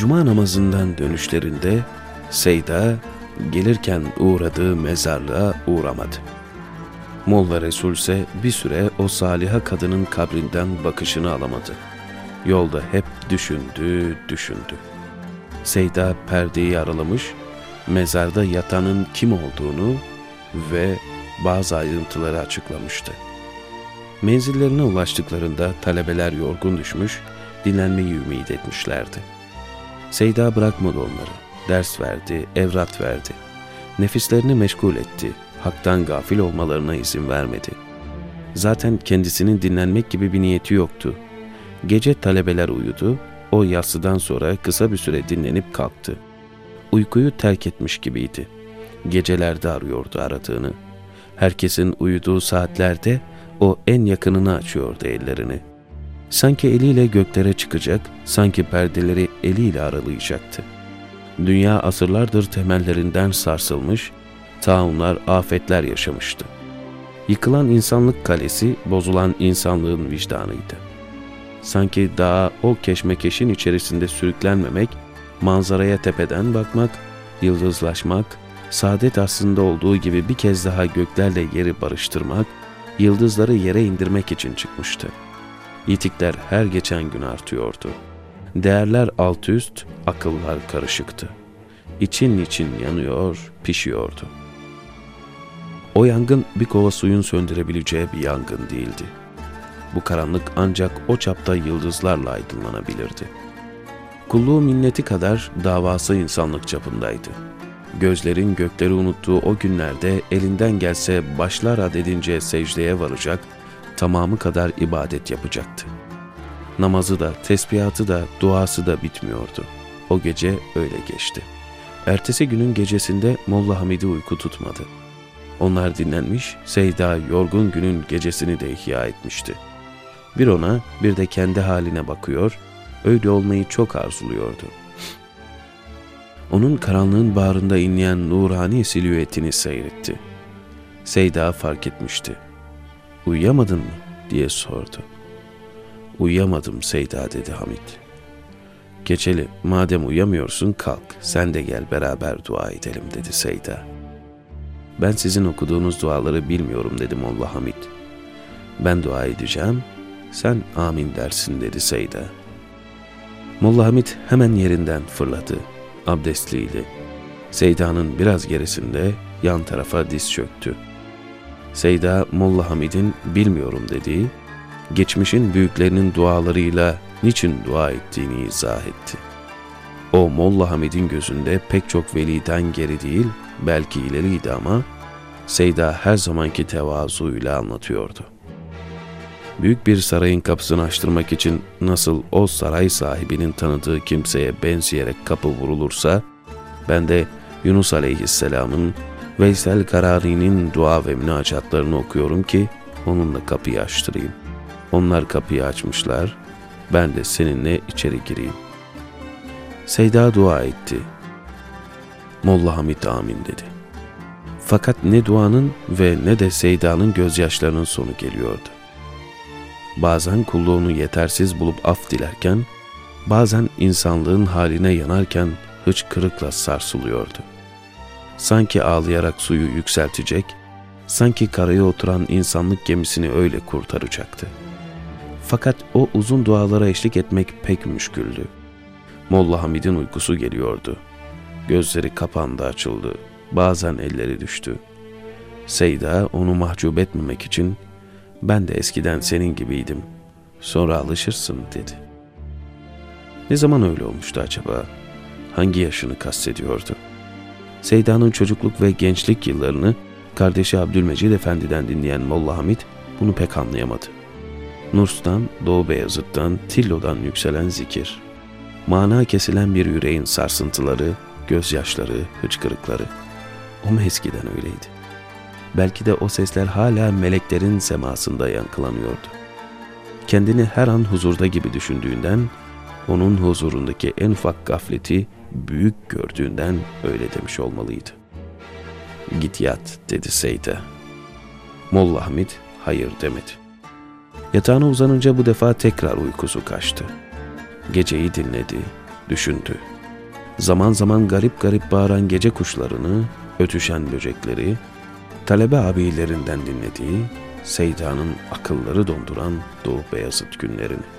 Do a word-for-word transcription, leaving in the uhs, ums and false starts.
Cuma namazından dönüşlerinde Seyda gelirken uğradığı mezarlığa uğramadı. Molla Resul ise bir süre o saliha kadının kabrinden bakışını alamadı. Yolda hep düşündü, düşündü. Seyda perdeyi aralamış, mezarda yatanın kim olduğunu ve bazı ayrıntıları açıklamıştı. Menzillerine ulaştıklarında talebeler yorgun düşmüş, dinlenmeyi ümit etmişlerdi. Seyda bırakmadı onları, ders verdi, evrat verdi. Nefislerini meşgul etti, haktan gafil olmalarına izin vermedi. Zaten kendisinin dinlenmek gibi bir niyeti yoktu. Gece talebeler uyudu, o yatsıdan sonra kısa bir süre dinlenip kalktı. Uykuyu terk etmiş gibiydi. Gecelerde arıyordu aradığını. Herkesin uyuduğu saatlerde o en yakınını açıyordu ellerini. Sanki eliyle göklere çıkacak, sanki perdeleri eliyle aralayacaktı. Dünya asırlardır temellerinden sarsılmış, taunlar, afetler yaşamıştı. Yıkılan insanlık kalesi, bozulan insanlığın vicdanıydı. Sanki daha o keşmekeşin içerisinde sürüklenmemek, manzaraya tepeden bakmak, yıldızlaşmak, saadet aslında olduğu gibi bir kez daha göklerle yeri barıştırmak, yıldızları yere indirmek için çıkmıştı. Yitikler her geçen gün artıyordu. Değerler alt üst, akıllar karışıktı. İçin için yanıyor, pişiyordu. O yangın bir kova suyun söndürebileceği bir yangın değildi. Bu karanlık ancak o çapta yıldızlarla aydınlanabilirdi. Kulluğu minneti kadar davası insanlık çapındaydı. Gözlerin gökleri unuttuğu o günlerde elinden gelse başlar adedince secdeye varacak, tamamı kadar ibadet yapacaktı. Namazı da, tesbihatı da, duası da bitmiyordu. O gece öyle geçti. Ertesi günün gecesinde Molla Hamid'i uyku tutmadı. Onlar dinlenmiş, Seyda yorgun günün gecesini de ihya etmişti. Bir ona, bir de kendi haline bakıyor, öyle olmayı çok arzuluyordu. Onun karanlığın bağrında inleyen nurani silüetini seyretti. Seyda fark etmişti. "Uyuyamadın mı?" diye sordu. "Uyuyamadım Seyda," dedi Hamid. "Geçeli, madem uyuyamıyorsun kalk, sen de gel beraber dua edelim," dedi Seyda. "Ben sizin okuduğunuz duaları bilmiyorum," dedi Molla Hamid. "Ben dua edeceğim, sen amin dersin," dedi Seyda. Molla Hamid hemen yerinden fırladı, abdestliydi. Seyda'nın biraz gerisinde yan tarafa diz çöktü. Seyda, Molla Hamid'in bilmiyorum dediği, geçmişin büyüklerinin dualarıyla niçin dua ettiğini izah etti. O Molla Hamid'in gözünde pek çok veliden geri değil, belki ileriydi ama Seyda her zamanki tevazuyla anlatıyordu. Büyük bir sarayın kapısını açtırmak için nasıl o saray sahibinin tanıdığı kimseye benzeyerek kapı vurulursa, ben de Yunus Aleyhisselam'ın, Veysel Karari'nin dua ve münacatlarını okuyorum ki onunla kapıyı açtırayım. Onlar kapıyı açmışlar, ben de seninle içeri gireyim. Seyda dua etti. Molla Hamid amin dedi. Fakat ne duanın ve ne de Seyda'nın gözyaşlarının sonu geliyordu. Bazen kulluğunu yetersiz bulup af dilerken, bazen insanlığın haline yanarken hıçkırıkla sarsılıyordu. Sanki ağlayarak suyu yükseltecek, sanki karaya oturan insanlık gemisini öyle kurtaracaktı. Fakat o uzun dualara eşlik etmek pek müşküldü. Molla Hamid'in uykusu geliyordu. Gözleri kapandı açıldı, bazen elleri düştü. Seyda onu mahcup etmemek için, ben de eskiden senin gibiydim, sonra alışırsın dedi. Ne zaman öyle olmuştu acaba? Hangi yaşını kastediyordu? Seyda'nın çocukluk ve gençlik yıllarını kardeşi Abdülmecid Efendi'den dinleyen Molla Hamid bunu pek anlayamadı. Nurs'tan, Doğu Beyazıt'tan, Tillo'dan yükselen zikir, mana kesilen bir yüreğin sarsıntıları, gözyaşları, hıçkırıkları. O mu eskiden öyleydi? Belki de o sesler hala meleklerin semasında yankılanıyordu. Kendini her an huzurda gibi düşündüğünden, onun huzurundaki en ufak gafleti büyük gördüğünden öyle demiş olmalıydı. "Git yat," dedi Seyda. Molla Hamid hayır demedi. Yatağına uzanınca bu defa tekrar uykusu kaçtı. Geceyi dinledi, düşündü. zaman zaman garip garip bağıran gece kuşlarını, ötüşen böcekleri, talebe abilerinden dinlediği Seyda'nın akılları donduran Doğu Beyazıt günlerini.